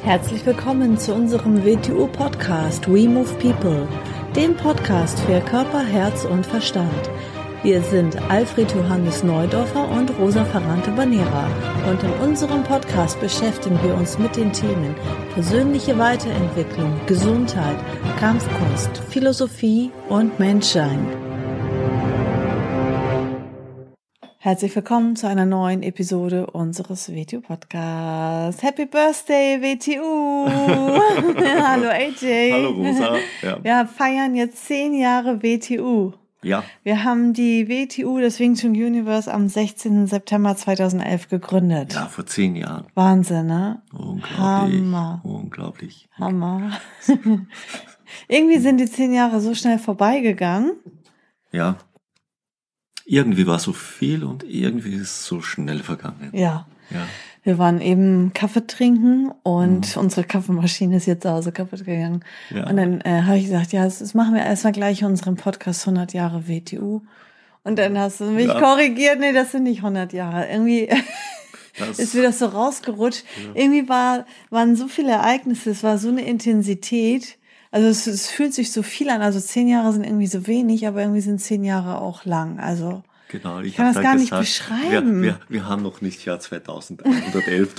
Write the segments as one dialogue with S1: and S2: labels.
S1: Herzlich willkommen zu unserem WTU-Podcast We Move People, dem Podcast für Körper, Herz und Verstand. Wir sind Alfred Johannes Neudorfer und Rosa Ferrante-Banera und in unserem Podcast beschäftigen wir uns mit den Themen persönliche Weiterentwicklung, Gesundheit, Kampfkunst, Philosophie und Menschsein. Herzlich willkommen zu einer neuen Episode unseres WTU-Podcasts. Happy Birthday, WTU! Hallo AJ.
S2: Hallo Rosa.
S1: Ja. Wir feiern jetzt 10 Jahre WTU.
S2: Ja.
S1: Wir haben die WTU, das Wing Chun Universe, am 16. September 2011 gegründet.
S2: Ja, vor 10 Jahren.
S1: Wahnsinn, ne?
S2: Unglaublich.
S1: Hammer.
S2: Unglaublich.
S1: Hammer. Irgendwie sind die 10 Jahre so schnell vorbeigegangen.
S2: Ja. Irgendwie war so viel und irgendwie ist es so schnell vergangen.
S1: Ja.
S2: Ja.
S1: Wir waren eben Kaffee trinken und unsere Kaffeemaschine ist jetzt zu Hause kaputt gegangen. Ja. Und dann habe ich gesagt, ja, das machen wir erstmal gleich unseren Podcast 100 Jahre WTU. Und dann hast du mich korrigiert, nee, das sind nicht 100 Jahre. Irgendwie ist mir das so rausgerutscht. Ja. Irgendwie waren so viele Ereignisse, es war so eine Intensität. Also es fühlt sich so viel an. Also 10 Jahre sind irgendwie so wenig, aber irgendwie sind 10 Jahre auch lang. Also
S2: genau,
S1: ich kann das gar nicht beschreiben.
S2: Wir haben noch nicht Jahr 2111.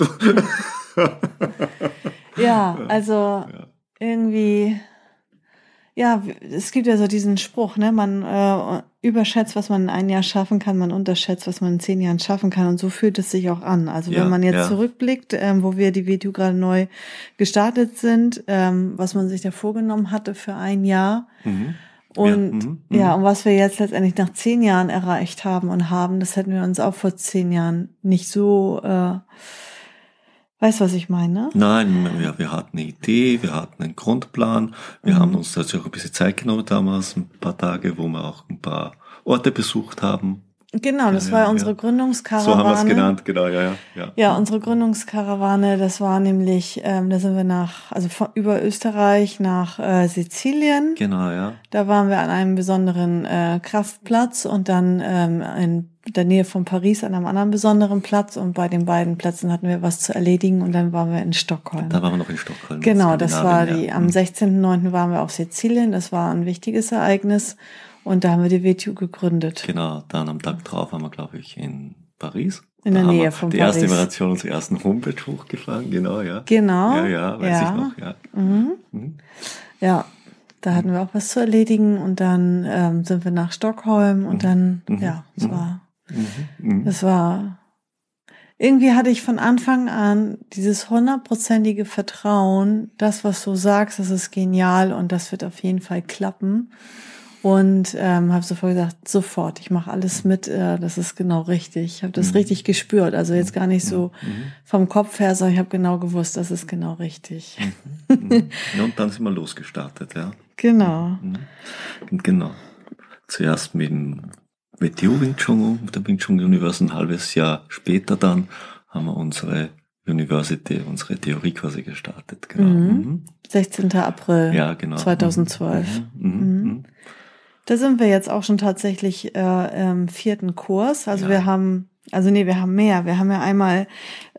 S1: Ja, also irgendwie, ja, es gibt ja so diesen Spruch, ne, man überschätzt, was man in 1 Jahr schaffen kann, man unterschätzt, was man in 10 Jahren schaffen kann, und so fühlt es sich auch an. Also wenn man jetzt zurückblickt, wo wir die WTU gerade neu gestartet sind, was man sich da vorgenommen hatte für 1 Jahr, und und was wir jetzt letztendlich nach 10 Jahren erreicht haben, das hätten wir uns auch vor 10 Jahren nicht so, weißt du, was ich meine?
S2: Nein, wir hatten eine Idee, wir hatten einen Grundplan, wir haben uns dazu auch ein bisschen Zeit genommen damals, ein paar Tage, wo wir auch ein paar Orte besucht haben.
S1: Genau, das war unsere Gründungskarawane.
S2: So haben wir es genannt, genau, ja.
S1: Ja, unsere Gründungskarawane, das war nämlich, da sind wir über Österreich nach Sizilien.
S2: Genau, ja.
S1: Da waren wir an einem besonderen Kraftplatz und dann in der Nähe von Paris an einem anderen besonderen Platz, und bei den beiden Plätzen hatten wir was zu erledigen, und dann waren wir in Stockholm.
S2: Da waren wir noch in Stockholm.
S1: Genau, das war am 16.09. waren wir auf Sizilien, das war ein wichtiges Ereignis. Und da haben wir die WTU gegründet.
S2: Genau, dann am Tag drauf waren wir, glaube ich, in Paris.
S1: In der Nähe von Paris.
S2: Die erste Version unserer ersten Homepage hochgefahren, genau, ja.
S1: Genau.
S2: Ja, weiß ich noch, ja.
S1: Ja, da hatten wir auch was zu erledigen, und dann sind wir nach Stockholm, und dann, das war, irgendwie hatte ich von Anfang an dieses 100%ige Vertrauen, das, was du sagst, das ist genial und das wird auf jeden Fall klappen. Und habe sofort gesagt, sofort, ich mache alles mit, das ist genau richtig. Ich habe das richtig gespürt, also jetzt gar nicht so vom Kopf her, sondern ich habe genau gewusst, das ist genau richtig.
S2: Ja, und dann sind wir losgestartet, ja.
S1: Genau.
S2: Genau. Zuerst mit dem WTU Wing Chun, mit der Wing Chun Universe, ein halbes Jahr später dann haben wir unsere University, unsere Theorie quasi gestartet. Genau.
S1: 16. April 2012. Da sind wir jetzt auch schon tatsächlich im 4. Kurs. Also wir haben mehr. Wir haben ja einmal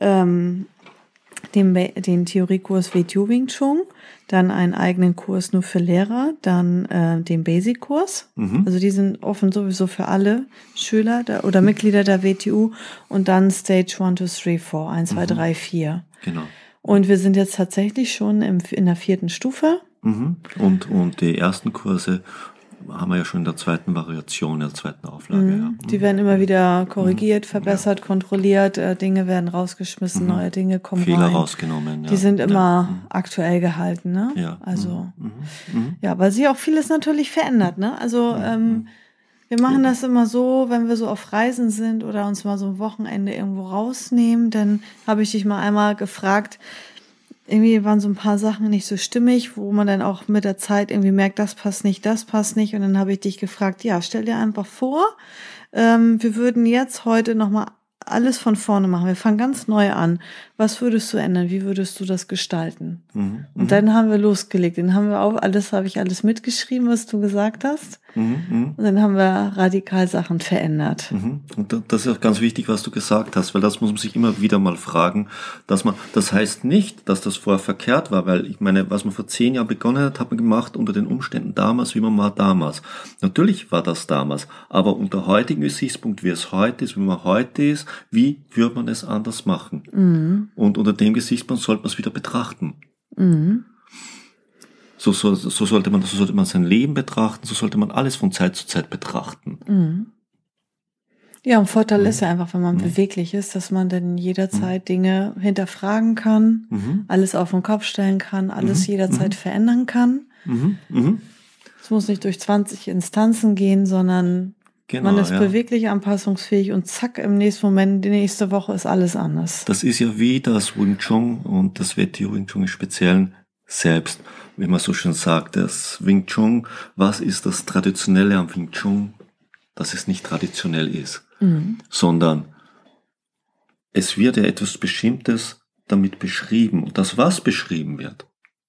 S1: den Theoriekurs WTU Wing Chun, dann einen eigenen Kurs nur für Lehrer, dann den Basic-Kurs. Also die sind offen sowieso für alle Schüler oder Mitglieder der WTU, und dann Stage 1, 2, 3, 4, 1, 2, 3, 4.
S2: Genau.
S1: Und wir sind jetzt tatsächlich schon in der 4. Stufe.
S2: Und die ersten Kurse haben wir ja schon in der 2. Variation, in der 2. Auflage.
S1: Die werden immer wieder korrigiert, verbessert, kontrolliert, Dinge werden rausgeschmissen, neue Dinge kommen
S2: Fehler
S1: rein.
S2: Rausgenommen.
S1: Die sind immer aktuell gehalten, ne?
S2: Ja.
S1: Also, weil sich auch vieles natürlich verändert, ne? Also, wir machen das immer so, wenn wir so auf Reisen sind oder uns mal so ein Wochenende irgendwo rausnehmen, dann habe ich dich mal einmal gefragt, irgendwie waren so ein paar Sachen nicht so stimmig, wo man dann auch mit der Zeit irgendwie merkt, das passt nicht. Und dann habe ich dich gefragt, ja, stell dir einfach vor, wir würden jetzt heute nochmal alles von vorne machen. Wir fangen ganz neu an. Was würdest du ändern? Wie würdest du das gestalten? Und dann haben wir losgelegt. Dann haben wir auch habe ich alles mitgeschrieben, was du gesagt hast. Und dann haben wir radikal Sachen verändert.
S2: Und das ist auch ganz wichtig, was du gesagt hast, weil das muss man sich immer wieder mal fragen, das heißt nicht, dass das vorher verkehrt war, weil ich meine, was man vor 10 Jahren begonnen hat, hat man gemacht unter den Umständen damals, wie man war damals. Natürlich war das damals, aber unter heutigen Gesichtspunkt, wie es heute ist, wie man heute ist, wie würde man es anders machen? Und unter dem Gesichtspunkt sollte man es wieder betrachten. So sollte man sein Leben betrachten, so sollte man alles von Zeit zu Zeit betrachten.
S1: Ja, und Vorteil ist ja einfach, wenn man beweglich ist, dass man dann jederzeit Dinge hinterfragen kann, alles auf den Kopf stellen kann, alles jederzeit verändern kann. Es muss nicht durch 20 Instanzen gehen, sondern man ist beweglich, anpassungsfähig und zack, im nächsten Moment, die nächste Woche ist alles anders.
S2: Das ist ja wie das Wing Chun und das WTO Wing Chun im Speziellen selbst. Wie man so schön sagt, das Wing Chun, was ist das Traditionelle am Wing Chun? Dass es nicht traditionell ist, sondern es wird ja etwas Bestimmtes damit beschrieben. Und das, was beschrieben wird,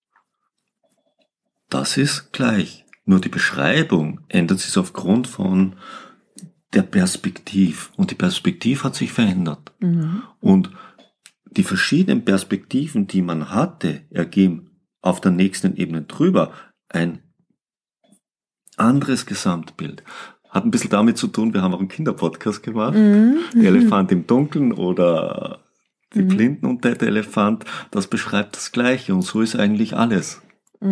S2: das ist gleich. Nur die Beschreibung ändert sich aufgrund von der Perspektive. Und die Perspektive hat sich verändert. Und die verschiedenen Perspektiven, die man hatte, ergeben auf der nächsten Ebene drüber ein anderes Gesamtbild. Hat ein bisschen damit zu tun, wir haben auch einen Kinderpodcast gemacht, der Elefant im Dunkeln oder die Blinden und der Elefant, das beschreibt das Gleiche und so ist eigentlich alles.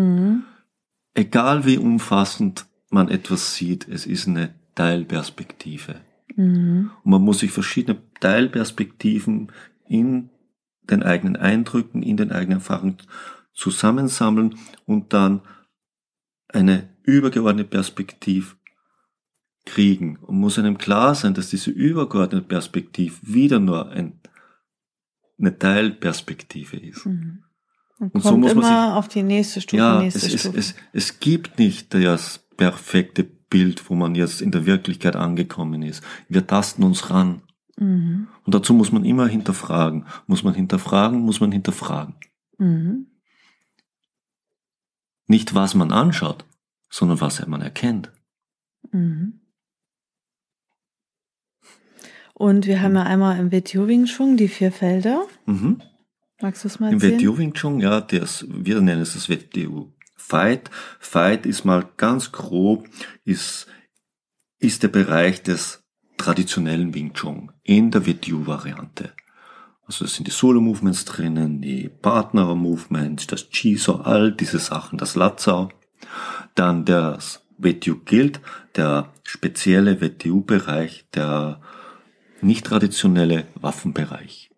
S2: Egal wie umfassend man etwas sieht, es ist eine Teilperspektive. Und man muss sich verschiedene Teilperspektiven in den eigenen Eindrücken, in den eigenen Erfahrungen zusammensammeln und dann eine übergeordnete Perspektive kriegen. Und muss einem klar sein, dass diese übergeordnete Perspektive wieder nur eine Teilperspektive ist.
S1: Und so muss man immer auf die nächste Stufe, Stufe.
S2: Es gibt nicht das perfekte Bild, wo man jetzt in der Wirklichkeit angekommen ist. Wir tasten uns ran. Und dazu muss man immer hinterfragen. Muss man hinterfragen. Nicht, was man anschaut, sondern was man erkennt.
S1: Und wir haben ja einmal im WTO Wing Chun die 4 Felder. Magst du es mal erzählen?
S2: Im WTO Wing Chun, ja, wir nennen es das WTO Fight. Fight ist mal ganz grob, ist der Bereich des traditionellen Wing Chun in der WTO-Variante. Also es sind die Solo-Movements drinnen, die Partner-Movements, das Jiso, all diese Sachen, das Latzao. Dann das WTO Guild, der spezielle WTO-Bereich, der nicht traditionelle Waffenbereich.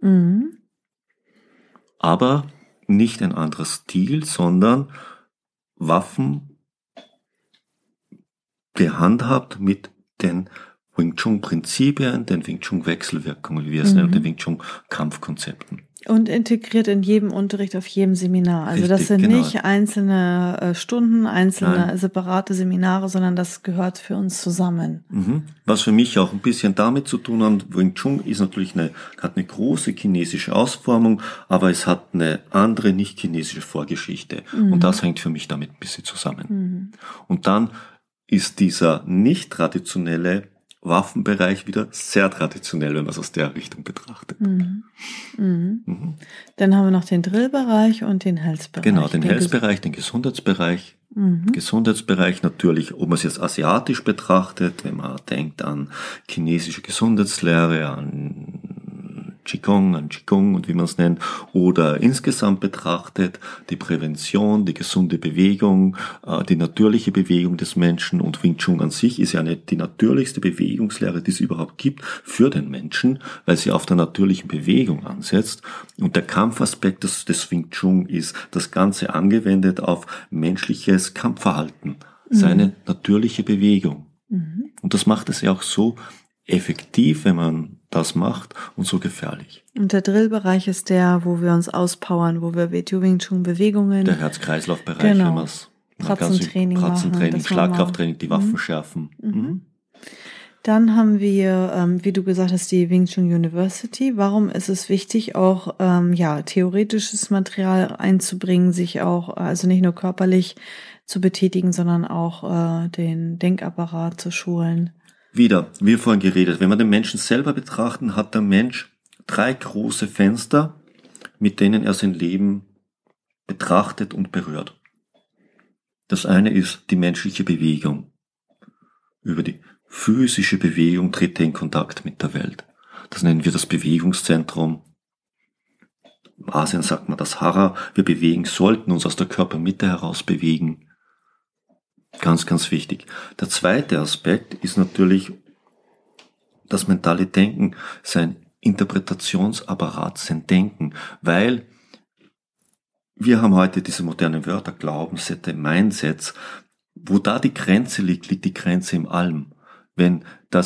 S2: Aber nicht ein anderer Stil, sondern Waffen gehandhabt mit den Wing Chun Prinzipien, den Wing Chun Wechselwirkungen, wie wir es nennen, den Wing Chun Kampfkonzepten.
S1: Und integriert in jedem Unterricht, auf jedem Seminar. Also richtig, das sind nicht einzelne Stunden, separate Seminare, sondern das gehört für uns zusammen.
S2: Was für mich auch ein bisschen damit zu tun hat, Wing Chun ist natürlich hat eine große chinesische Ausformung, aber es hat eine andere nicht chinesische Vorgeschichte. Und das hängt für mich damit ein bisschen zusammen. Und dann ist dieser nicht traditionelle Waffenbereich wieder sehr traditionell, wenn man es aus der Richtung betrachtet.
S1: Dann haben wir noch den Drillbereich und den Health-Bereich.
S2: Genau, den Health-Bereich, den Gesundheitsbereich. Gesundheitsbereich natürlich, ob man es jetzt asiatisch betrachtet, wenn man denkt an chinesische Gesundheitslehre, an Qigong und wie man es nennt, oder insgesamt betrachtet die Prävention, die gesunde Bewegung, die natürliche Bewegung des Menschen, und Wing Chun an sich ist ja die natürlichste Bewegungslehre, die es überhaupt gibt für den Menschen, weil sie auf der natürlichen Bewegung ansetzt, und der Kampfaspekt des Wing Chun ist das Ganze angewendet auf menschliches Kampfverhalten, seine natürliche Bewegung. Und das macht es ja auch so effektiv, wenn man das macht, und so gefährlich.
S1: Und der Drillbereich ist der, wo wir uns auspowern, wo wir WTO Wing Chun Bewegungen.
S2: Der Herz-Kreislauf-Bereich, wenn man es
S1: Pratzentraining,
S2: Schlagkrafttraining, die Waffen schärfen.
S1: Dann haben wir, wie du gesagt hast, die Wing Chun University. Warum ist es wichtig, auch theoretisches Material einzubringen, sich auch, also nicht nur körperlich zu betätigen, sondern auch den Denkapparat zu schulen?
S2: Wieder, wie vorhin geredet, wenn wir den Menschen selber betrachten, hat der Mensch 3 große Fenster, mit denen er sein Leben betrachtet und berührt. Das eine ist die menschliche Bewegung. Über die physische Bewegung tritt er in Kontakt mit der Welt. Das nennen wir das Bewegungszentrum. Im Asien sagt man das Hara. Wir sollten uns aus der Körpermitte heraus bewegen. Ganz, ganz wichtig. Der zweite Aspekt ist natürlich das mentale Denken, sein Interpretationsapparat, sein Denken, weil wir haben heute diese modernen Wörter, Glaubenssätze, Mindsets. Wo da die Grenze liegt, liegt die Grenze im Allem. Wenn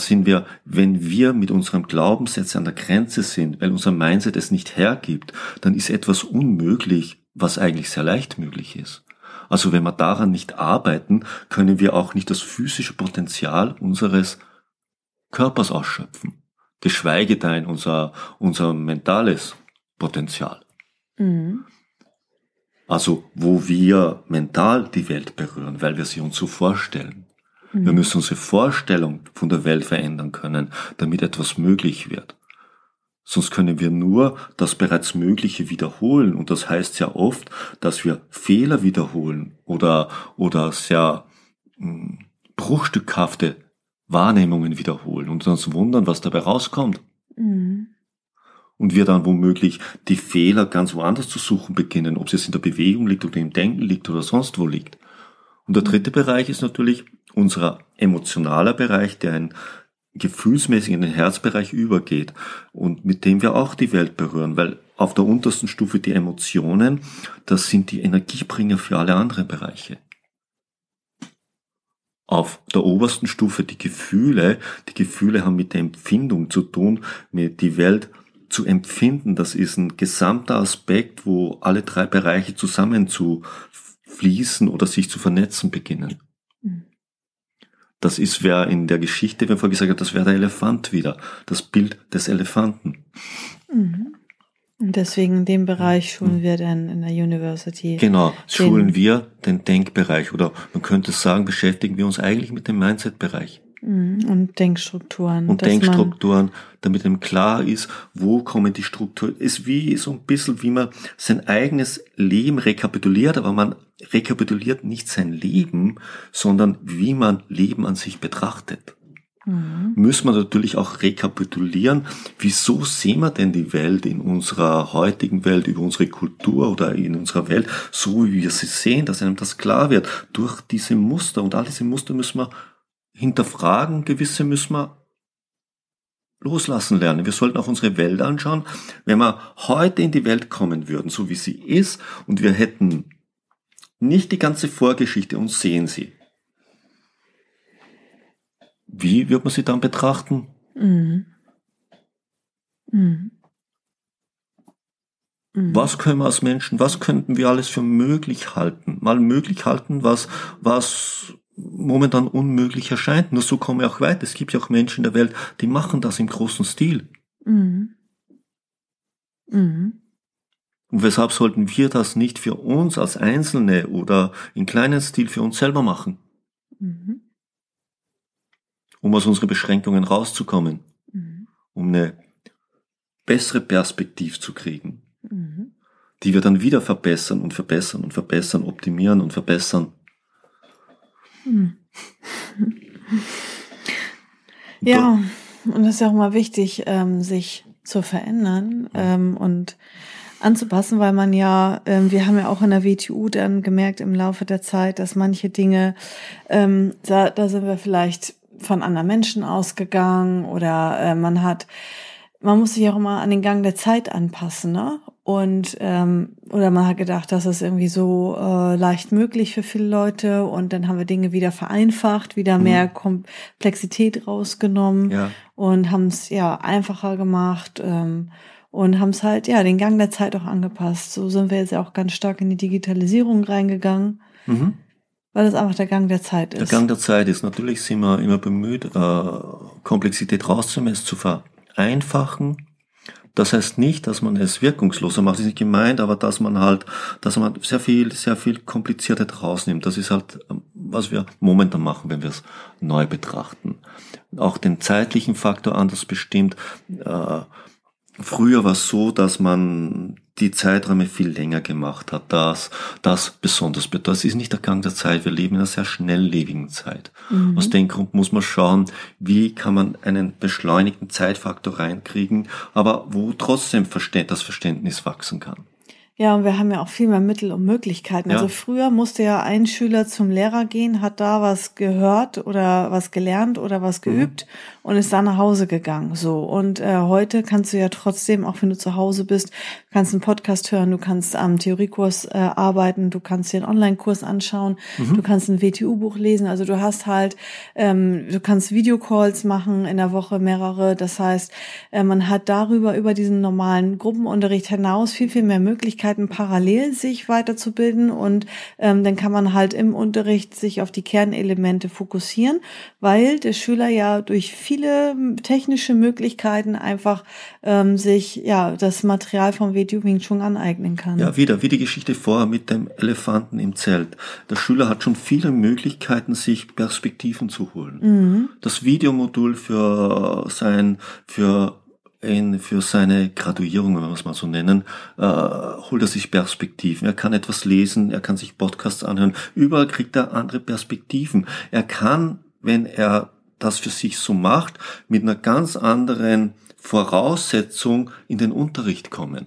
S2: wir mit unserem Glaubenssatz an der Grenze sind, weil unser Mindset es nicht hergibt, dann ist etwas unmöglich, was eigentlich sehr leicht möglich ist. Also wenn wir daran nicht arbeiten, können wir auch nicht das physische Potenzial unseres Körpers ausschöpfen. Geschweige denn unser mentales Potenzial.
S1: Mhm.
S2: Also wo wir mental die Welt berühren, weil wir sie uns so vorstellen. Wir müssen unsere Vorstellung von der Welt verändern können, damit etwas möglich wird. Sonst können wir nur das bereits Mögliche wiederholen. Und das heißt ja oft, dass wir Fehler wiederholen oder sehr bruchstückhafte Wahrnehmungen wiederholen und uns wundern, was dabei rauskommt.
S1: Mhm.
S2: Und wir dann womöglich die Fehler ganz woanders zu suchen beginnen, ob es jetzt in der Bewegung liegt oder im Denken liegt oder sonst wo liegt. Und der dritte Bereich ist natürlich unser emotionaler Bereich, der gefühlsmäßig in den Herzbereich übergeht und mit dem wir auch die Welt berühren, weil auf der untersten Stufe die Emotionen, das sind die Energiebringer für alle anderen Bereiche. Auf der obersten Stufe die Gefühle haben mit der Empfindung zu tun, mit die Welt zu empfinden. Das ist ein gesamter Aspekt, wo alle 3 Bereiche zusammen zu fließen oder sich zu vernetzen beginnen. Das ist, wer in der Geschichte, wenn vorher gesagt hat, das wäre der Elefant wieder. Das Bild des Elefanten.
S1: Mhm. Und deswegen in dem Bereich schulen wir dann in der University.
S2: Genau, schulen wir den Denkbereich oder man könnte sagen, beschäftigen wir uns eigentlich mit dem Mindset-Bereich.
S1: Und Denkstrukturen.
S2: Und Denkstrukturen, damit einem klar ist, wo kommen die Strukturen. Ist wie so ein bisschen, wie man sein eigenes Leben rekapituliert, aber man rekapituliert nicht sein Leben, sondern wie man Leben an sich betrachtet. Müssen wir natürlich auch rekapitulieren, wieso sehen wir denn die Welt in unserer heutigen Welt, über unsere Kultur oder in unserer Welt, so wie wir sie sehen, dass einem das klar wird, durch diese Muster. Und all diese Muster müssen wir hinterfragen, gewisse müssen wir loslassen lernen. Wir sollten auch unsere Welt anschauen. Wenn wir heute in die Welt kommen würden, so wie sie ist, und wir hätten nicht die ganze Vorgeschichte und sehen sie, wie wird man sie dann betrachten? Was können wir als Menschen, was könnten wir alles für möglich halten? Mal möglich halten, was momentan unmöglich erscheint. Nur so kommen wir auch weiter. Es gibt ja auch Menschen in der Welt, die machen das im großen Stil. Und weshalb sollten wir das nicht für uns als Einzelne oder in kleinen Stil für uns selber machen? Um aus unseren Beschränkungen rauszukommen. Um eine bessere Perspektive zu kriegen. Die wir dann wieder verbessern und verbessern und verbessern, optimieren und verbessern.
S1: Ja, und das ist ja auch mal wichtig, sich zu verändern und anzupassen, weil man ja, wir haben ja auch in der WTU dann gemerkt im Laufe der Zeit, dass manche Dinge, da sind wir vielleicht von anderen Menschen ausgegangen oder man muss sich auch immer an den Gang der Zeit anpassen, ne? Und oder man hat gedacht, das ist irgendwie so leicht möglich für viele Leute und dann haben wir Dinge wieder vereinfacht, wieder mehr Komplexität rausgenommen und haben es einfacher gemacht und haben es halt den Gang der Zeit auch angepasst. So sind wir jetzt auch ganz stark in die Digitalisierung reingegangen. Weil es einfach der Gang der Zeit ist.
S2: Der Gang der Zeit ist. Natürlich sind wir immer bemüht, Komplexität rauszumessen, zu vereinfachen. Das heißt nicht, dass man es wirkungsloser macht, das ist nicht gemeint, aber dass man sehr viel Kompliziertheit rausnimmt. Das ist halt, was wir momentan machen, wenn wir es neu betrachten. Auch den zeitlichen Faktor anders bestimmt. Früher war es so, dass man die Zeiträume viel länger gemacht hat. Das besonders bedeutet. Das ist nicht der Gang der Zeit. Wir leben in einer sehr schnelllebigen Zeit. Aus dem Grund muss man schauen, wie kann man einen beschleunigten Zeitfaktor reinkriegen, aber wo trotzdem das Verständnis wachsen kann.
S1: Ja, und wir haben ja auch viel mehr Mittel und Möglichkeiten.
S2: Ja.
S1: Also früher musste ja ein Schüler zum Lehrer gehen, hat da was gehört oder was gelernt oder was geübt und ist dann nach Hause gegangen. So. Und heute kannst du ja trotzdem, auch wenn du zu Hause bist, kannst einen Podcast hören, du kannst am Theoriekurs arbeiten, du kannst dir einen Online-Kurs anschauen, du kannst ein WTU-Buch lesen. Also du hast halt, du kannst Videocalls machen in der Woche, mehrere. Das heißt, man hat über diesen normalen Gruppenunterricht hinaus viel mehr Möglichkeiten, parallel sich weiterzubilden und dann kann man halt im Unterricht sich auf die Kernelemente fokussieren, weil der Schüler ja durch viele technische Möglichkeiten einfach sich das Material vom WTU Wing Chun aneignen kann.
S2: Ja, wie die Geschichte vorher mit dem Elefanten im Zelt. Der Schüler hat schon viele Möglichkeiten, sich Perspektiven zu holen. Das Videomodul für seine Graduierung, wenn wir es mal so nennen, holt er sich Perspektiven. Er kann etwas lesen, er kann sich Podcasts anhören. Überall kriegt er andere Perspektiven. Er kann, wenn er das für sich so macht, mit einer ganz anderen Voraussetzung in den Unterricht kommen.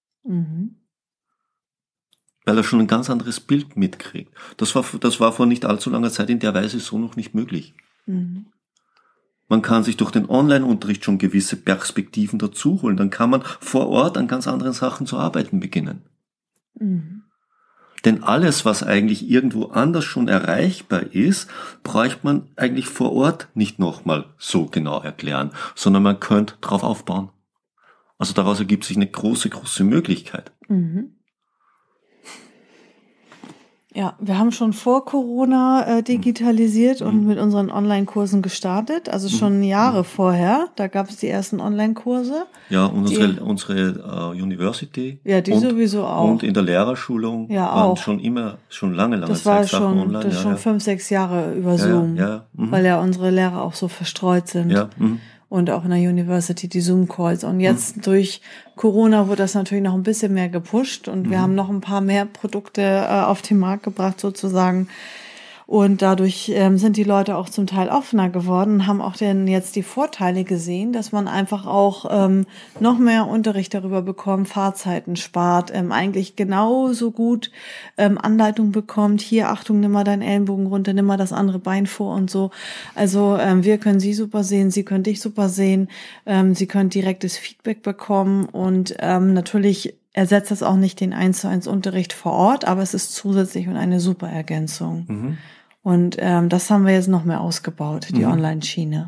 S2: Weil er schon ein ganz anderes Bild mitkriegt. Das war vor nicht allzu langer Zeit in der Weise so noch nicht möglich. Man kann sich durch den Online-Unterricht schon gewisse Perspektiven dazu holen. Dann kann man vor Ort an ganz anderen Sachen zu arbeiten beginnen. Denn alles, was eigentlich irgendwo anders schon erreichbar ist, bräuchte man eigentlich vor Ort nicht nochmal so genau erklären, sondern man könnte drauf aufbauen. Also daraus ergibt sich eine große Möglichkeit.
S1: Ja, wir haben schon vor Corona digitalisiert und mit unseren Online-Kursen gestartet, also schon Jahre vorher. Da gab es die ersten Online-Kurse.
S2: Ja, und unsere University.
S1: Ja, die sowieso auch.
S2: Und in der Lehrerschulung
S1: waren
S2: schon lange
S1: das
S2: Zeit
S1: war
S2: Sachen online.
S1: Das schon 5-6 Jahre über Zoom, weil ja unsere Lehrer auch so verstreut sind.
S2: Ja,
S1: und auch in der University die Zoom-Calls. Und jetzt durch Corona wurde das natürlich noch ein bisschen mehr gepusht und wir haben noch ein paar mehr Produkte auf den Markt gebracht sozusagen. Und dadurch sind die Leute auch zum Teil offener geworden und haben auch denn jetzt die Vorteile gesehen, dass man einfach auch noch mehr Unterricht darüber bekommt, Fahrzeiten spart, eigentlich genauso gut Anleitung bekommt. Hier, Achtung, nimm mal deinen Ellenbogen runter, nimm mal das andere Bein vor und so. Also wir können Sie super sehen, Sie können dich super sehen, Sie können direktes Feedback bekommen und natürlich ersetzt das auch nicht den 1:1 Unterricht vor Ort, aber es ist zusätzlich und eine super Ergänzung. Und das haben wir jetzt noch mehr ausgebaut, die Online-Schiene.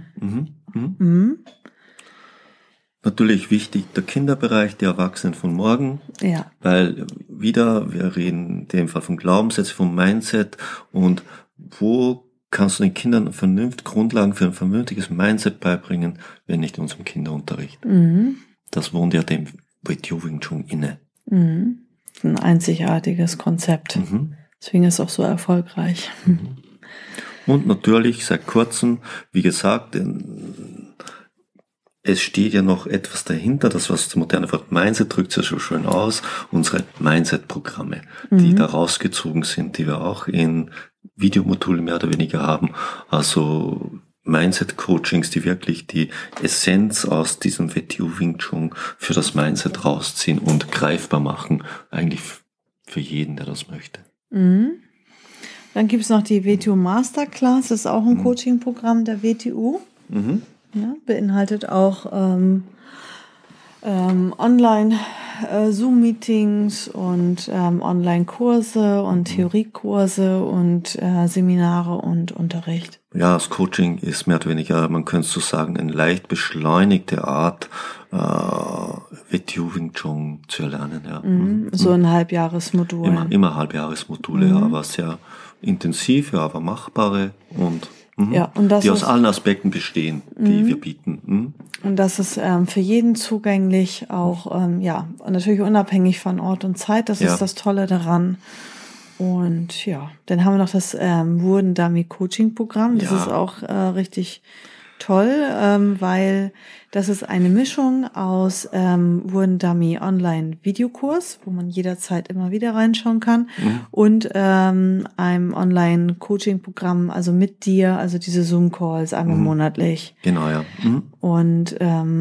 S2: Natürlich wichtig der Kinderbereich, die Erwachsenen von morgen.
S1: Ja.
S2: Weil wir reden in dem Fall von Glaubenssätzen, vom Mindset und wo kannst du den Kindern Grundlagen für ein vernünftiges Mindset beibringen, wenn nicht in unserem Kinderunterricht. Das wohnt ja dem WTU Wing Chun inne.
S1: Ein einzigartiges Konzept. Deswegen ist es auch so erfolgreich.
S2: Und natürlich seit kurzem, wie gesagt, es steht ja noch etwas dahinter, das was das moderne Wort Mindset drückt es ja so schön aus, unsere Mindset-Programme, die da rausgezogen sind, die wir auch in Videomodulen mehr oder weniger haben, also Mindset-Coachings, die wirklich die Essenz aus diesem WTU Wing Chun für das Mindset rausziehen und greifbar machen, eigentlich für jeden, der das möchte.
S1: Dann gibt es noch die WTU Masterclass, das ist auch ein Coaching-Programm der WTU. Ja, beinhaltet auch Online-Zoom-Meetings und Online-Kurse und Theoriekurse und Seminare und Unterricht.
S2: Ja, das Coaching ist mehr oder weniger, man könnte so sagen, eine leicht beschleunigte Art, WTU WTU Wing Chun zu erlernen. Ja.
S1: So ein Halbjahresmodul.
S2: Immer Halbjahresmodule, aber sehr intensive, aber machbare und die aus allen Aspekten bestehen, die wir bieten.
S1: Und das ist für jeden zugänglich, auch und natürlich unabhängig von Ort und Zeit. Das ist das Tolle daran. Und ja, dann haben wir noch das Wurden Dummy Coaching Programm. Das ist auch richtig toll, weil das ist eine Mischung aus Wurden Dummy Online Videokurs, wo man jederzeit immer wieder reinschauen kann, und einem Online Coaching Programm, also mit dir, also diese Zoom Calls einmal monatlich.
S2: Genau, ja.
S1: Und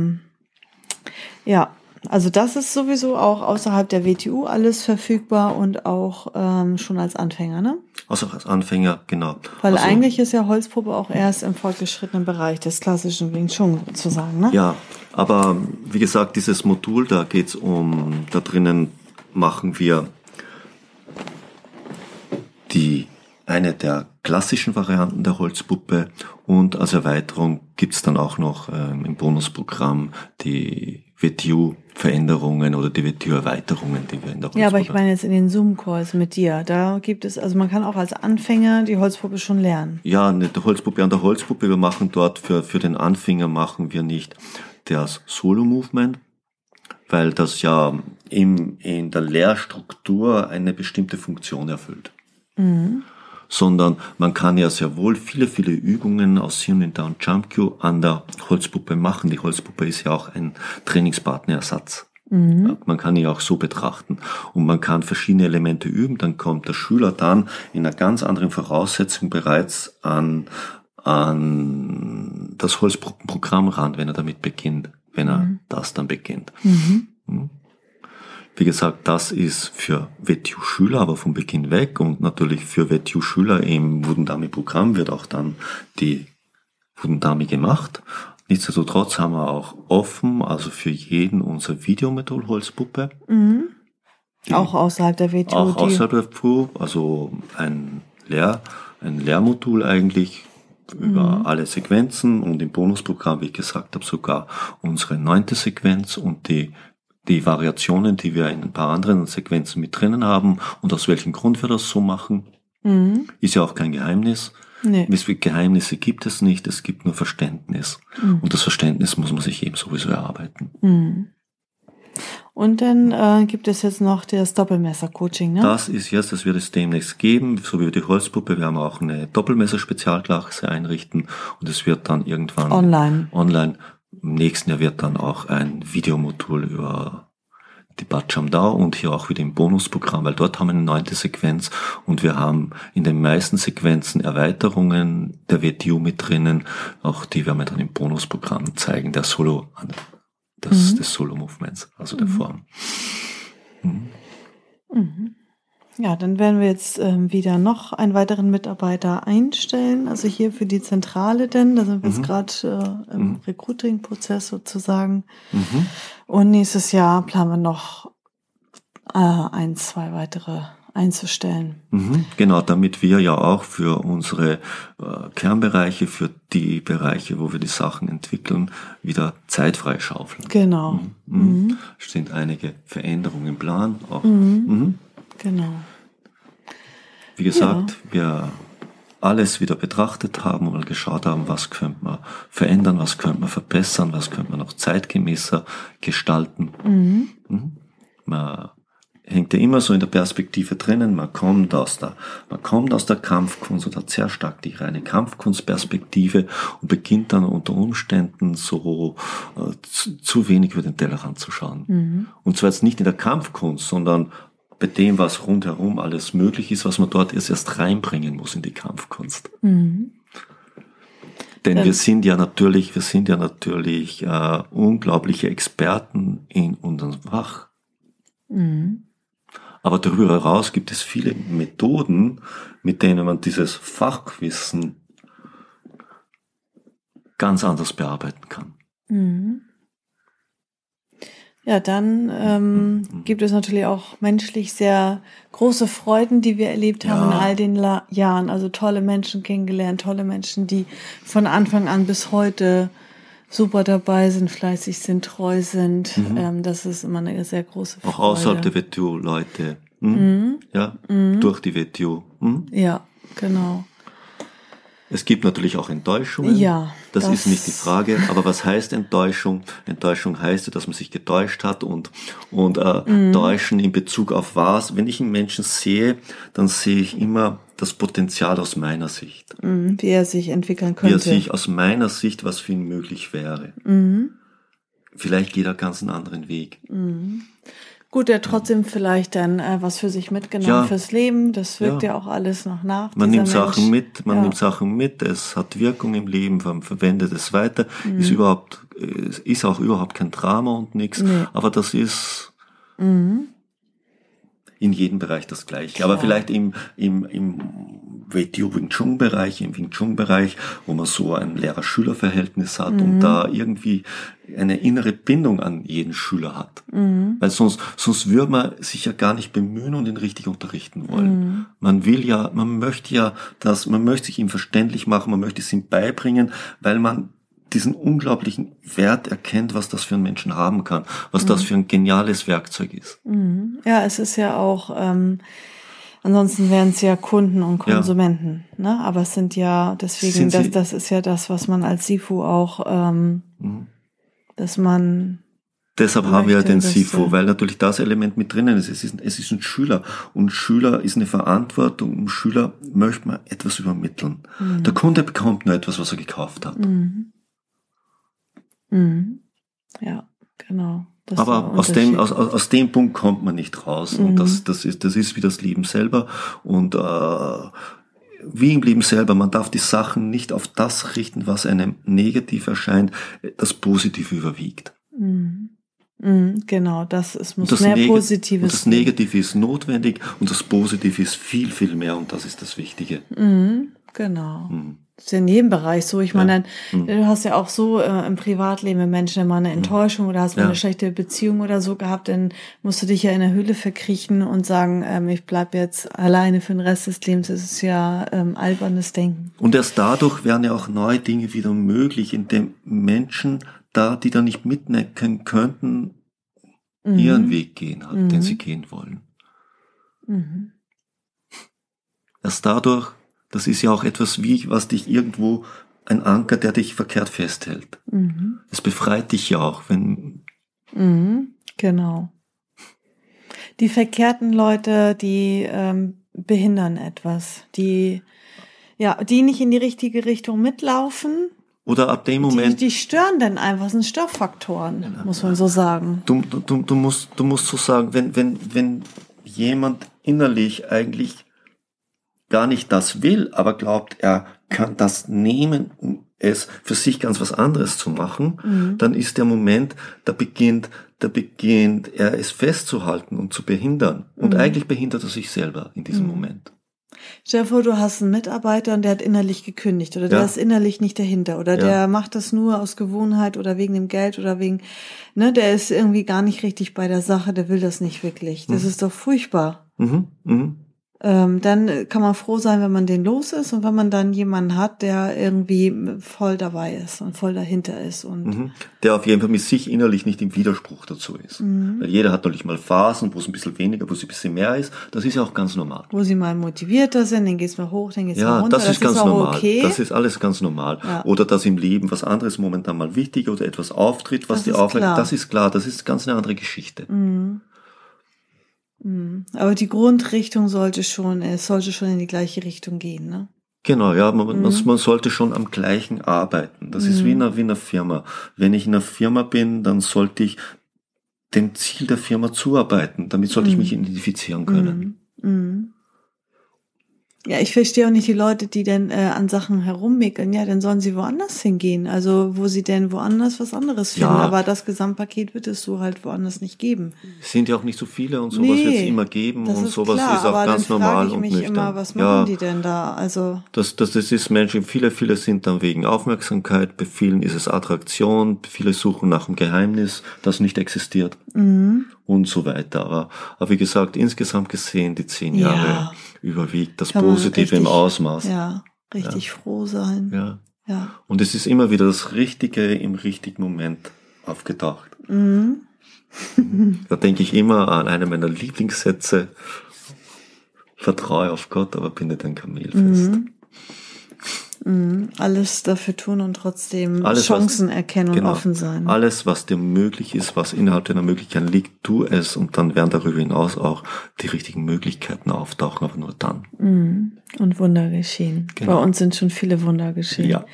S1: also das ist sowieso auch außerhalb der WTU alles verfügbar und auch schon als Anfänger, ne?
S2: Also als Anfänger, genau.
S1: Weil eigentlich ist ja Holzpuppe auch erst im fortgeschrittenen Bereich des klassischen Wing Chun sozusagen, ne?
S2: Ja, aber wie gesagt, dieses Modul, da geht's da drinnen machen wir eine der klassischen Varianten der Holzpuppe und als Erweiterung gibt's dann auch noch im Bonusprogramm die WTU-Veränderungen oder die WTU-Erweiterungen, die wir in der Holzpuppe...
S1: Ja, aber ich meine jetzt in den Zoom-Calls mit dir, da gibt es, also man kann auch als Anfänger die Holzpuppe schon lernen.
S2: Ja, nicht der Holzpuppe an der Holzpuppe, wir machen dort für den Anfänger machen wir nicht das Solo-Movement, weil das ja in der Lehrstruktur eine bestimmte Funktion erfüllt. Sondern man kann ja sehr wohl viele, viele Übungen aus Sin und Down Jump Cue an der Holzpuppe machen. Die Holzpuppe ist ja auch ein Trainingspartnerersatz. Ja, man kann ihn auch so betrachten. Und man kann verschiedene Elemente üben. Dann kommt der Schüler dann in einer ganz anderen Voraussetzung bereits an das Holzpuppenprogramm ran, wenn er damit beginnt, wenn er das dann beginnt. Wie gesagt, das ist für WTU-Schüler aber von Beginn weg und natürlich für WTU-Schüler im Wooden Dummy Programm wird auch dann die Wooden Dummy gemacht. Nichtsdestotrotz haben wir auch offen, also für jeden unser Videomodul Holzpuppe.
S1: Auch außerhalb der WTU.
S2: Auch außerhalb der WTU, also ein Lehrmodul eigentlich über alle Sequenzen und im Bonusprogramm, wie ich gesagt habe, sogar unsere 9. Sequenz und die Variationen, die wir in ein paar anderen Sequenzen mit drinnen haben und aus welchem Grund wir das so machen, ist ja auch kein Geheimnis.
S1: Nee.
S2: Geheimnisse gibt es nicht, es gibt nur Verständnis. Und das Verständnis muss man sich eben sowieso erarbeiten.
S1: Und dann gibt es jetzt noch das Doppelmesser-Coaching, ne?
S2: Das wird es demnächst geben, so wie die Holzpuppe. Wir haben auch eine Doppelmesser-Spezialklasse einrichten und es wird dann irgendwann online. Im nächsten Jahr wird dann auch ein Videomodul über die Bacham Dao und hier auch wieder im Bonusprogramm, weil dort haben wir eine 9. Sequenz und wir haben in den meisten Sequenzen Erweiterungen der WTU mit drinnen. Auch die werden wir dann im Bonusprogramm zeigen, des Solo-Movements, also der Form.
S1: Ja, dann werden wir jetzt wieder noch einen weiteren Mitarbeiter einstellen, also hier für die Zentrale denn, da sind wir jetzt gerade im Recruiting-Prozess sozusagen. Und nächstes Jahr planen wir noch 1, 2 weitere einzustellen.
S2: Genau, damit wir ja auch für unsere Kernbereiche, für die Bereiche, wo wir die Sachen entwickeln, wieder Zeit freischaufeln.
S1: Genau.
S2: Es sind einige Veränderungen im Plan. Auch.
S1: Genau.
S2: Wie gesagt, wir alles wieder betrachtet haben und geschaut haben, was könnte man verändern, was könnte man verbessern, was könnte man noch zeitgemäßer gestalten. Man hängt ja immer so in der Perspektive drinnen, man kommt aus der Kampfkunst oder hat sehr stark die reine Kampfkunstperspektive und beginnt dann unter Umständen so zu wenig über den Tellerrand zu schauen. Und zwar jetzt nicht in der Kampfkunst, sondern bei dem, was rundherum alles möglich ist, was man dort erst reinbringen muss in die Kampfkunst. Denn wir sind ja natürlich unglaubliche Experten in unserem Fach. Aber darüber hinaus gibt es viele Methoden, mit denen man dieses Fachwissen ganz anders bearbeiten kann.
S1: Ja, dann gibt es natürlich auch menschlich sehr große Freuden, die wir erlebt haben in all den Jahren. Also tolle Menschen kennengelernt, tolle Menschen, die von Anfang an bis heute super dabei sind, fleißig sind, treu sind. Das ist immer eine sehr große Freude.
S2: Auch außerhalb der WTO Leute, durch die WTO.
S1: Ja, genau.
S2: Es gibt natürlich auch Enttäuschungen.
S1: Ja.
S2: Das ist nicht die Frage. Aber was heißt Enttäuschung? Enttäuschung heißt ja, dass man sich getäuscht hat und täuschen in Bezug auf was. Wenn ich einen Menschen sehe, dann sehe ich immer das Potenzial aus meiner Sicht.
S1: Wie er sich entwickeln könnte.
S2: Wie er sich aus meiner Sicht, was für ihn möglich wäre. Vielleicht geht er ganz einen anderen Weg.
S1: Gut, er trotzdem vielleicht dann was für sich mitgenommen fürs Leben. Das wirkt ja auch alles noch nach.
S2: Man nimmt Sachen mit, es hat Wirkung im Leben, man verwendet es weiter. Ist auch überhaupt kein Drama und nichts. Nee. Aber das ist in jedem Bereich das Gleiche. Klar. Aber vielleicht im WTO Wing Chun Bereich, im Wing Chun Bereich, wo man so ein Lehrer-Schüler-Verhältnis hat und da irgendwie eine innere Bindung an jeden Schüler hat. Weil sonst würde man sich ja gar nicht bemühen und ihn richtig unterrichten wollen. Man möchte sich ihm verständlich machen, man möchte es ihm beibringen, weil man diesen unglaublichen Wert erkennt, was das für einen Menschen haben kann, was das für ein geniales Werkzeug ist.
S1: Ja, es ist ja auch, ansonsten wären es ja Kunden und Konsumenten, ne? Aber es sind ja, deswegen, das ist ja das, was man als Sifu auch, dass man...
S2: Deshalb haben wir ja den Sifu, weil natürlich das Element mit drinnen ist. Es ist ein Schüler und Schüler ist eine Verantwortung. Ein Schüler möchte man etwas übermitteln. Der Kunde bekommt nur etwas, was er gekauft hat.
S1: Ja, genau. Das
S2: aber aus dem Punkt kommt man nicht raus. Und das ist wie das Leben selber. Und wie im Leben selber, man darf die Sachen nicht auf das richten, was einem negativ erscheint, das Positive überwiegt.
S1: Genau, muss mehr Positives.
S2: Und das Negative ist notwendig und das Positive ist viel, viel mehr und das ist das Wichtige.
S1: Genau. Das ist ja in jedem Bereich so. Ich meine, du hast ja auch so im Privatleben mit Menschen immer eine Enttäuschung oder hast mal eine schlechte Beziehung oder so gehabt, dann musst du dich ja in der Höhle verkriechen und sagen, ich bleib jetzt alleine für den Rest des Lebens. Das ist ja albernes Denken.
S2: Und erst dadurch werden ja auch neue Dinge wieder möglich, indem Menschen die da nicht mitnecken könnten, ihren Weg gehen, den sie gehen wollen. Erst dadurch, das ist ja auch etwas was dich irgendwo, ein Anker, der dich verkehrt festhält. Es befreit dich ja auch, wenn...
S1: Genau. Die verkehrten Leute, die behindern etwas, die nicht in die richtige Richtung mitlaufen.
S2: Oder ab dem Moment...
S1: Die stören dann einfach, das sind Störfaktoren, muss man so sagen.
S2: Du musst so sagen, wenn jemand innerlich eigentlich gar nicht das will, aber glaubt, er kann das nehmen, um es für sich ganz was anderes zu machen, dann ist der Moment, da beginnt er es festzuhalten und zu behindern. Und eigentlich behindert er sich selber in diesem Moment.
S1: Stell dir vor, du hast einen Mitarbeiter und der hat innerlich gekündigt oder der ist innerlich nicht dahinter oder der macht das nur aus Gewohnheit oder wegen dem Geld oder wegen, der ist irgendwie gar nicht richtig bei der Sache, der will das nicht wirklich. Das ist doch furchtbar. Dann kann man froh sein, wenn man den los ist und wenn man dann jemanden hat, der irgendwie voll dabei ist und voll dahinter ist. Und
S2: der auf jeden Fall mit sich innerlich nicht im Widerspruch dazu ist. Weil jeder hat natürlich mal Phasen, wo es ein bisschen weniger, wo es ein bisschen mehr ist. Das ist ja auch ganz normal.
S1: Wo sie mal motivierter sind, dann geht's mal hoch, dann geht's mal runter.
S2: Das ist ganz normal.
S1: Okay.
S2: Das ist alles ganz normal. Ja. Oder dass im Leben was anderes momentan mal wichtig oder etwas auftritt, was die Aufmerksamkeit, das ist klar, das ist ganz eine andere Geschichte.
S1: Aber die Grundrichtung sollte schon in die gleiche Richtung gehen, ne?
S2: Genau, ja, man sollte schon am gleichen arbeiten. Das ist wie in einer Firma. Wenn ich in einer Firma bin, dann sollte ich dem Ziel der Firma zuarbeiten. Damit sollte ich mich identifizieren können.
S1: Ja, ich verstehe auch nicht die Leute, die denn an Sachen herummickeln. Ja, dann sollen sie woanders hingehen. Also wo sie denn woanders was anderes finden. Ja. Aber das Gesamtpaket wird es so halt woanders nicht geben.
S2: Es sind ja auch nicht so viele und sowas wird es immer geben und sowas
S1: klar,
S2: ist auch ganz normal und nüchtern.
S1: Aber dann frage ich mich immer, was machen die denn da? Also
S2: das ist Menschen, viele sind dann wegen Aufmerksamkeit, bei vielen ist es Attraktion, viele suchen nach einem Geheimnis, das nicht existiert und so weiter. Aber wie gesagt, insgesamt gesehen, die 10 Jahre überwiegt das Positive im Ausmaß.
S1: Ja, richtig froh sein.
S2: Ja.
S1: Ja.
S2: Und es ist immer wieder das Richtige im richtigen Moment aufgetaucht. Da denke ich immer an einen meiner Lieblingssätze: Vertraue auf Gott, aber binde dein Kamel fest.
S1: Alles dafür tun und trotzdem
S2: Alles,
S1: Chancen erkennen und
S2: genau,
S1: offen sein.
S2: Alles, was dir möglich ist, was innerhalb deiner Möglichkeiten liegt, tu es, und dann werden darüber hinaus auch die richtigen Möglichkeiten auftauchen, aber nur dann.
S1: Und Wunder geschehen.
S2: Genau.
S1: Bei uns sind schon viele Wunder geschehen.
S2: Ja.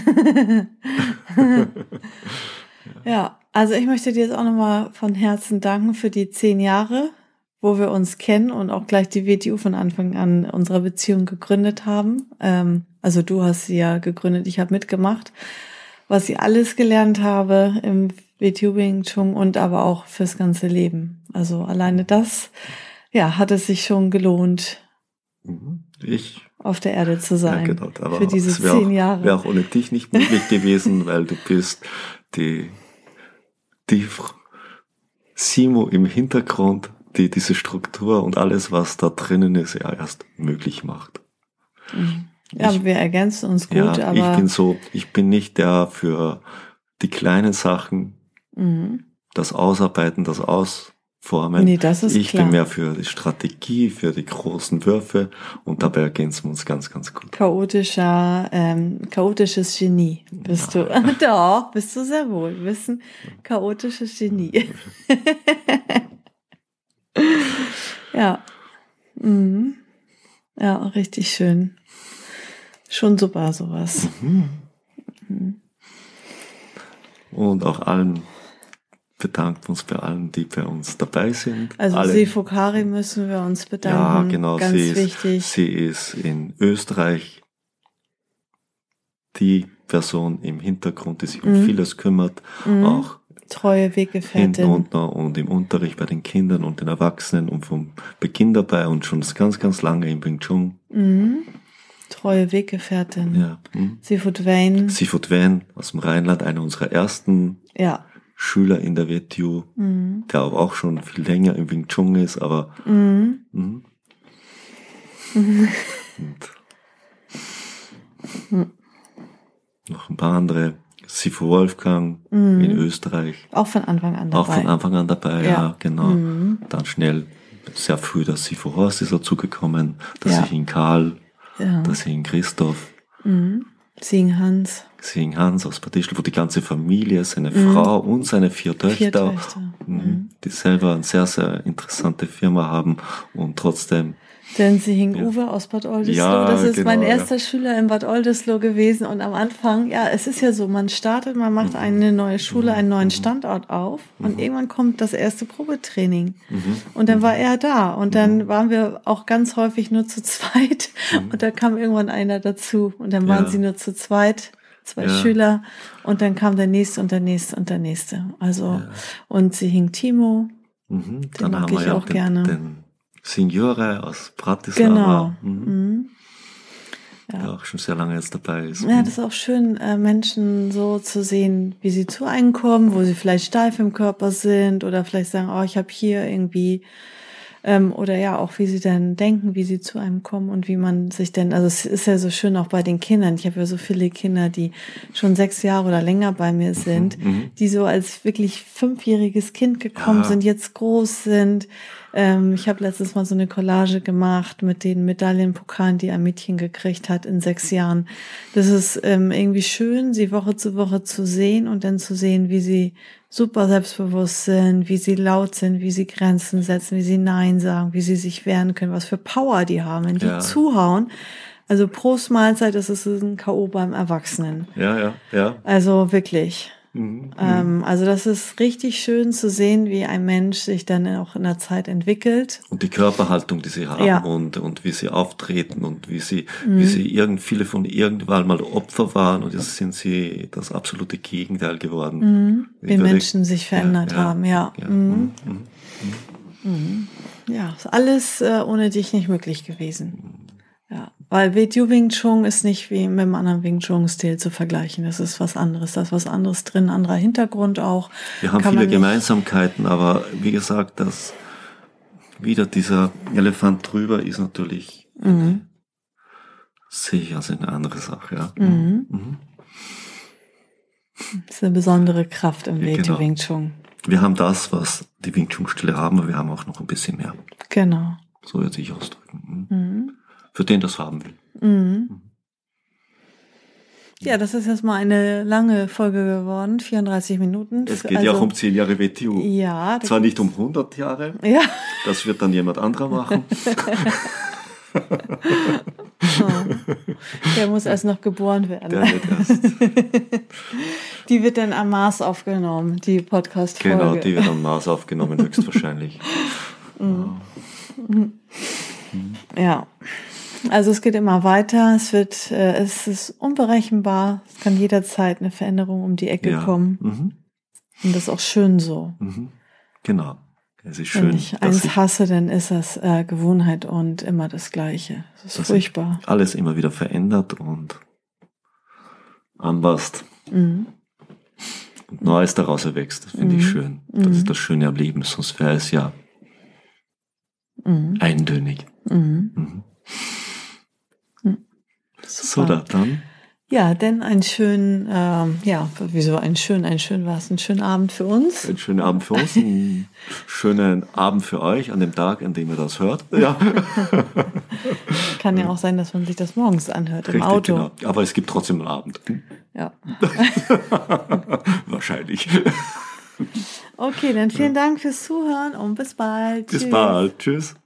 S1: Ja, also ich möchte dir jetzt auch nochmal von Herzen danken für die 10 Jahre, wo wir uns kennen und auch gleich die WTU von Anfang an unserer Beziehung gegründet haben. Also du hast sie ja gegründet, ich habe mitgemacht, was ich alles gelernt habe im WTU Wing Chun und aber auch fürs ganze Leben. Also alleine das, ja, hat es sich schon gelohnt, auf der Erde zu sein.
S2: Ja, genau, aber
S1: für diese 10 Jahre.
S2: Wäre auch ohne dich nicht möglich gewesen, weil du bist die Simo im Hintergrund, die diese Struktur und alles, was da drinnen ist, ja erst möglich macht.
S1: Ja, wir ergänzen uns gut,
S2: ja,
S1: aber...
S2: ich bin nicht der für die kleinen Sachen, das Ausarbeiten, das Ausformen.
S1: Nee, das ist
S2: ich
S1: klar.
S2: bin mehr für die Strategie, für die großen Würfe, und dabei ergänzen wir uns ganz, ganz gut.
S1: Chaotisches Genie bist du. Doch, bist du sehr wohl. Du bist ein chaotisches Genie. Ja. Ja, richtig schön. Schon super, sowas.
S2: Und auch allen bedanken uns bei allen, die bei uns dabei sind.
S1: Also Sefokari müssen wir uns bedanken.
S2: Ja, genau.
S1: Ganz wichtig.
S2: Sie ist in Österreich die Person im Hintergrund, die sich um vieles kümmert. Auch
S1: treue Weggefährtin.
S2: Hinten und im Unterricht bei den Kindern und den Erwachsenen und vom Beginn dabei und schon ganz, ganz lange im Wing Chun.
S1: Treue Weggefährtin.
S2: Ja.
S1: Sifut Wayne
S2: aus dem Rheinland, einer unserer ersten Schüler in der WTU, der aber auch schon viel länger im Wing Chun ist, aber und noch ein paar andere. Sifu Wolfgang in Österreich.
S1: Auch von Anfang an dabei.
S2: Auch von Anfang an dabei, ja genau. Dann schnell, sehr früh, der Sifu Horst ist dazugekommen, dass ich ihn Karl, dass ich ihn Christoph.
S1: Sing Hans
S2: aus Bad Ischl, wo die ganze Familie, seine Frau und seine 4 Töchter, die selber eine sehr, sehr interessante Firma haben und trotzdem...
S1: Denn sie hing Uwe aus Bad Oldesloe.
S2: Ja,
S1: das ist
S2: genau,
S1: mein erster Schüler in Bad Oldesloe gewesen. Und am Anfang, es ist ja so, man startet, man macht eine neue Schule, einen neuen Standort auf. Und irgendwann kommt das erste Probetraining. Und dann war er da. Und dann waren wir auch ganz häufig nur zu zweit. Und da kam irgendwann einer dazu. Und dann waren sie nur zu zweit. 2 Schüler. Und dann kam der nächste und der nächste und der nächste. Also, und sie hing Timo. Den
S2: dann
S1: mag
S2: haben
S1: ich
S2: wir
S1: auch gerne.
S2: Den Signore aus Bratislava.
S1: Genau.
S2: Der auch schon sehr lange jetzt dabei ist.
S1: Ja, das ist auch schön, Menschen so zu sehen, wie sie zu einem kommen, wo sie vielleicht steif im Körper sind oder vielleicht sagen, ich habe hier irgendwie, oder auch wie sie dann denken, wie sie zu einem kommen und wie man sich denn, also es ist ja so schön auch bei den Kindern. Ich habe ja so viele Kinder, die schon 6 Jahre oder länger bei mir sind, die so als wirklich 5-jähriges Kind gekommen sind, jetzt groß sind. Ich habe letztes Mal so eine Collage gemacht mit den Medaillenpokalen, die ein Mädchen gekriegt hat in 6 Jahren. Das ist irgendwie schön, sie Woche zu Woche zu sehen und dann zu sehen, wie sie super selbstbewusst sind, wie sie laut sind, wie sie Grenzen setzen, wie sie Nein sagen, wie sie sich wehren können, was für Power die haben, wenn die zuhauen. Also Prost Mahlzeit, das ist ein K.O. beim Erwachsenen.
S2: Ja.
S1: Also wirklich. Also das ist richtig schön zu sehen, wie ein Mensch sich dann auch in der Zeit entwickelt.
S2: Und die Körperhaltung, die sie haben und wie sie auftreten und wie sie viele von irgendwann mal Opfer waren und jetzt sind sie das absolute Gegenteil geworden.
S1: Wie Menschen sich verändert haben, Ja, ist alles ohne dich nicht möglich gewesen. Ja, weil WTU Wing Chun ist nicht wie mit einem anderen Wing Chun Stil zu vergleichen. Das ist was anderes. Da ist was anderes drin, anderer Hintergrund auch.
S2: Wir haben viele Gemeinsamkeiten, aber wie gesagt, wieder dieser Elefant drüber ist natürlich, sehe ich als eine andere Sache. Ja.
S1: Das ist eine besondere Kraft im Weg
S2: genau.
S1: der Wing Chun.
S2: Wir haben das, was die Wing Chun Stile haben, aber wir haben auch noch ein bisschen mehr.
S1: Genau.
S2: So würde ich ausdrücken. Für den das haben will.
S1: Ja, das ist jetzt mal eine lange Folge geworden, 34 Minuten.
S2: Es geht ja auch um 10 Jahre WTU.
S1: Ja.
S2: Zwar nicht um 100 Jahre.
S1: Ja.
S2: Das wird dann jemand anderer machen.
S1: Der muss erst noch geboren werden.
S2: Der wird erst.
S1: Die wird dann am Mars aufgenommen, die Podcast-Folge.
S2: Genau, die wird am Mars aufgenommen, höchstwahrscheinlich.
S1: Ja. Also es geht immer weiter, es ist unberechenbar, es kann jederzeit eine Veränderung um die Ecke kommen. Und das ist auch schön so.
S2: Genau. Es ist schön.
S1: Wenn ich eins hasse, dann ist das Gewohnheit und immer das Gleiche. Das ist furchtbar.
S2: Alles immer wieder verändert und anpasst. Und Neues daraus erwächst. Das finde ich schön. Das ist das Schöne am Leben, sonst wäre es ja eintönig. So, dann.
S1: Ja, denn einen schönen, wieso einen schönen war es? Ein schönen Abend für uns.
S2: Einen schönen Abend für uns, einen schönen Abend für euch an dem Tag, an dem ihr das hört. Ja.
S1: Kann ja auch sein, dass man sich das morgens anhört, im
S2: Richtig,
S1: Auto.
S2: Genau. Aber es gibt trotzdem einen Abend.
S1: Ja.
S2: Wahrscheinlich.
S1: Okay, dann vielen Dank fürs Zuhören und bis bald.
S2: Bis bald. Tschüss.